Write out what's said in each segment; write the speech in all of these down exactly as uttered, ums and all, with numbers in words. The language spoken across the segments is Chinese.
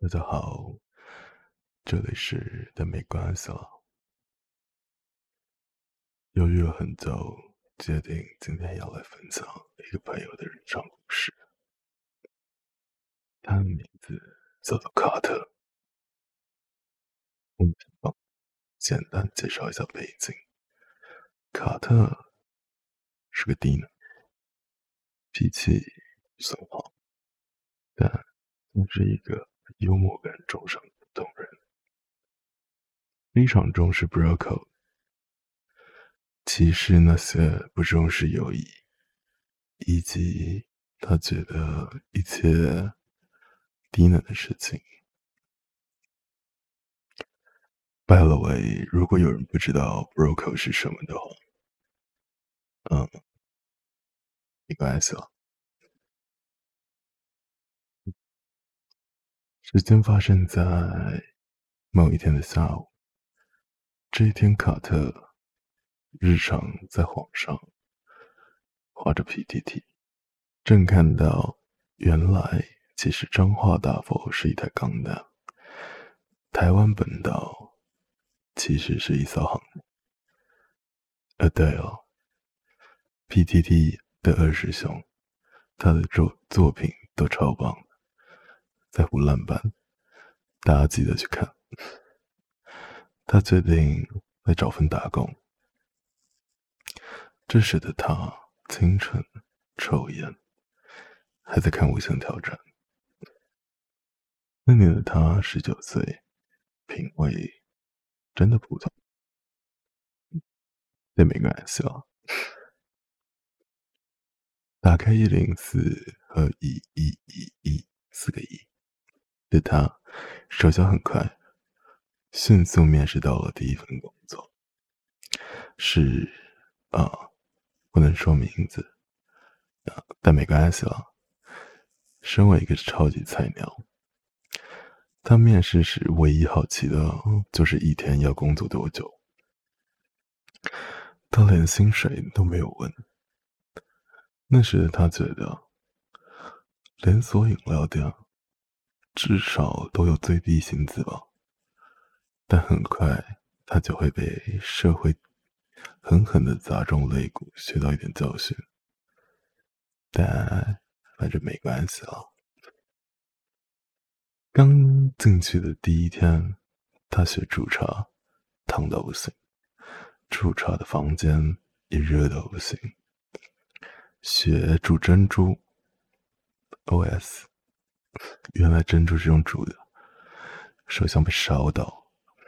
大家好，这里是但没关系了。犹豫了很久，决定今天要来分享一个朋友的日常故事。他的名字叫做卡特。我们先简单介绍一下背景。卡特是个低能，脾气不算好，但总是一个幽默感重上的普通人，非常重视 bro code，歧视那些不重视友谊，以及他觉得一切低能的事情。By the way，如果有人不知道 broker 是什么的话，嗯，没关系了。时间发生在某一天的下午。这一天，卡特日常在网上画着 P T T，正看到原来其实彰化大佛是一台钢弹，台湾本岛其实是一艘航母。呃，对了，P T T 的二师兄，他的作作品都超棒的，在湖烂版，大家记得去看。他决定来找份打工。这时的他清晨抽烟，还在看《无限挑战》。那年的他十九岁，品味真的普通，也没关系了。打开一零四和一一一一四个一的他，手脚很快，迅速面试到了第一份工作。是啊，不能说名字，啊，但没关系了。身为一个超级菜鸟，他面试时唯一好奇的就是一天要工作多久。他连薪水都没有问。那时他觉得，连锁饮料店至少都有最低薪资吧。但很快他就会被社会狠狠地砸中肋骨，学到一点教训。但反正没关系了。刚进去的第一天，他学煮茶，烫到不行；煮茶的房间也热到不行。学煮珍珠 ，O S， 原来珍珠是用煮的，手像被烧到。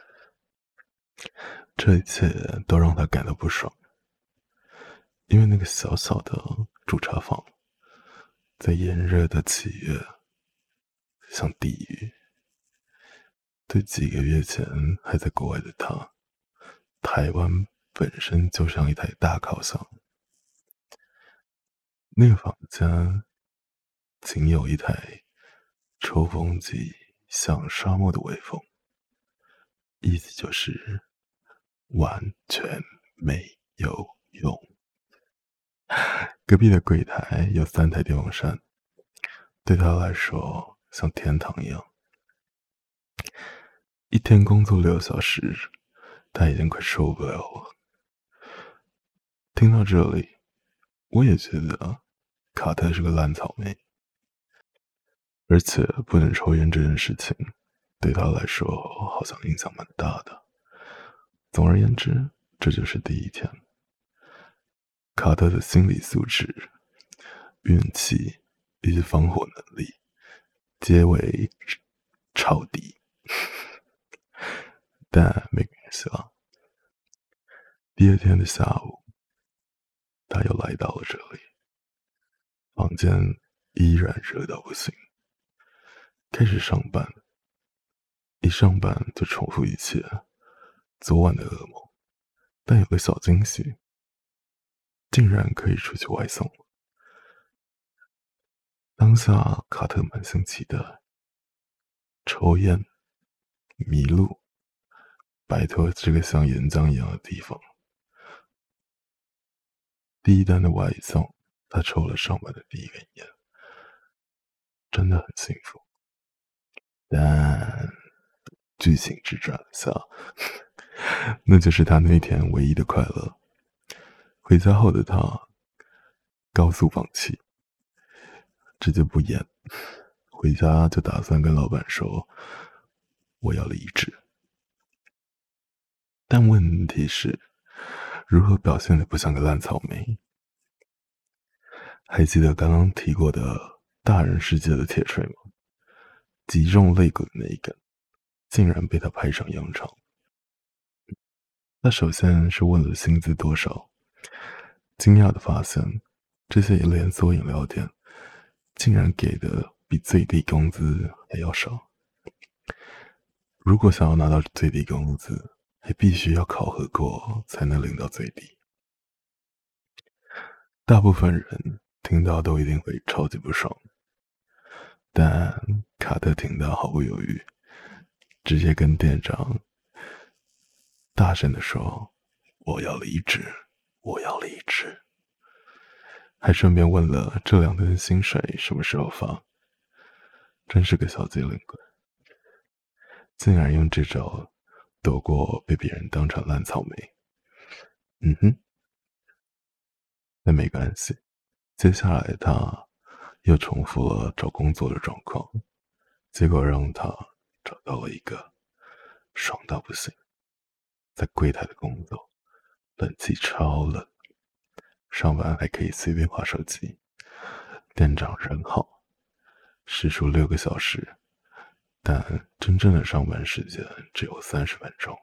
这一切都让他感到不爽，因为那个小小的煮茶房，在炎热的七月，像地狱。对几个月前还在国外的他，台湾本身就像一台大烤箱。那个房间仅有一台抽风机，像沙漠的微风，意思就是完全没有用。隔壁的柜台有三台电风扇，对他来说像天堂一样。一天工作六小时，他已经快受不了了。听到这里，我也觉得卡特是个烂草莓，而且不能抽烟这件事情对他来说好像影响蛮大的。总而言之，这就是第一天。卡特的心理素质、运气以及防火能力皆为超低，但没关系了。第二天的下午，他又来到了这里，房间依然热到不行。开始上班，一上班就重复一切昨晚的噩梦，但有个小惊喜，竟然可以出去外送了。当下卡特满心期待，抽烟、迷路，摆脱这个像岩浆一样的地方。第一单的外送，他抽了上班的第一根烟，真的很幸福。 但剧情之转下，那就是他那天唯一的快乐。回家后的他高速放弃，直接不演，回家就打算跟老板说我要离职。但问题是，如何表现得不像个烂草莓？还记得刚刚提过的大人世界的铁锤吗？击中肋骨的那一根，竟然被他派上用场。那首先是问了薪资多少，惊讶的发现，这些连锁饮料店竟然给的比最低工资还要少。如果想要拿到最低工资，还必须要考核过才能领到最低。大部分人听到都一定会超级不爽，但卡特听到毫不犹豫，直接跟店长大声地说：“我要离职，我要离职。”还顺便问了这两顿薪水什么时候发。真是个小机灵鬼，竟然用这招躲过被别人当成烂草莓。嗯哼，但没关系，接下来他又重复了找工作的状况，结果让他找到了一个爽到不行，在柜台的工作，冷气超冷，上班还可以随便滑手机，店长人好，时数六个小时，但真正的上班时间只有三十分钟，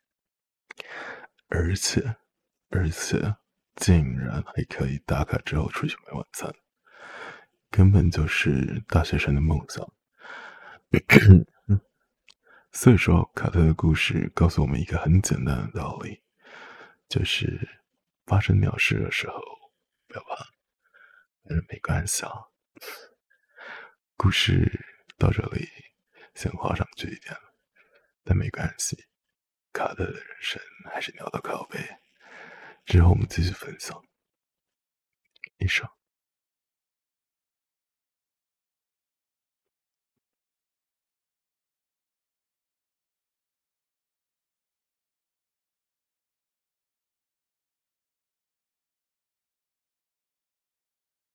而且而且竟然还可以打卡之后出去买晚餐，根本就是大学生的梦想。所以说，卡特的故事告诉我们一个很简单的道理，就是发生鸟事的时候不要怕，但是没关系啊。故事到这里先画上句点，但没关系，卡特的人生还是鸟到靠背。之后我们继续分享。以上。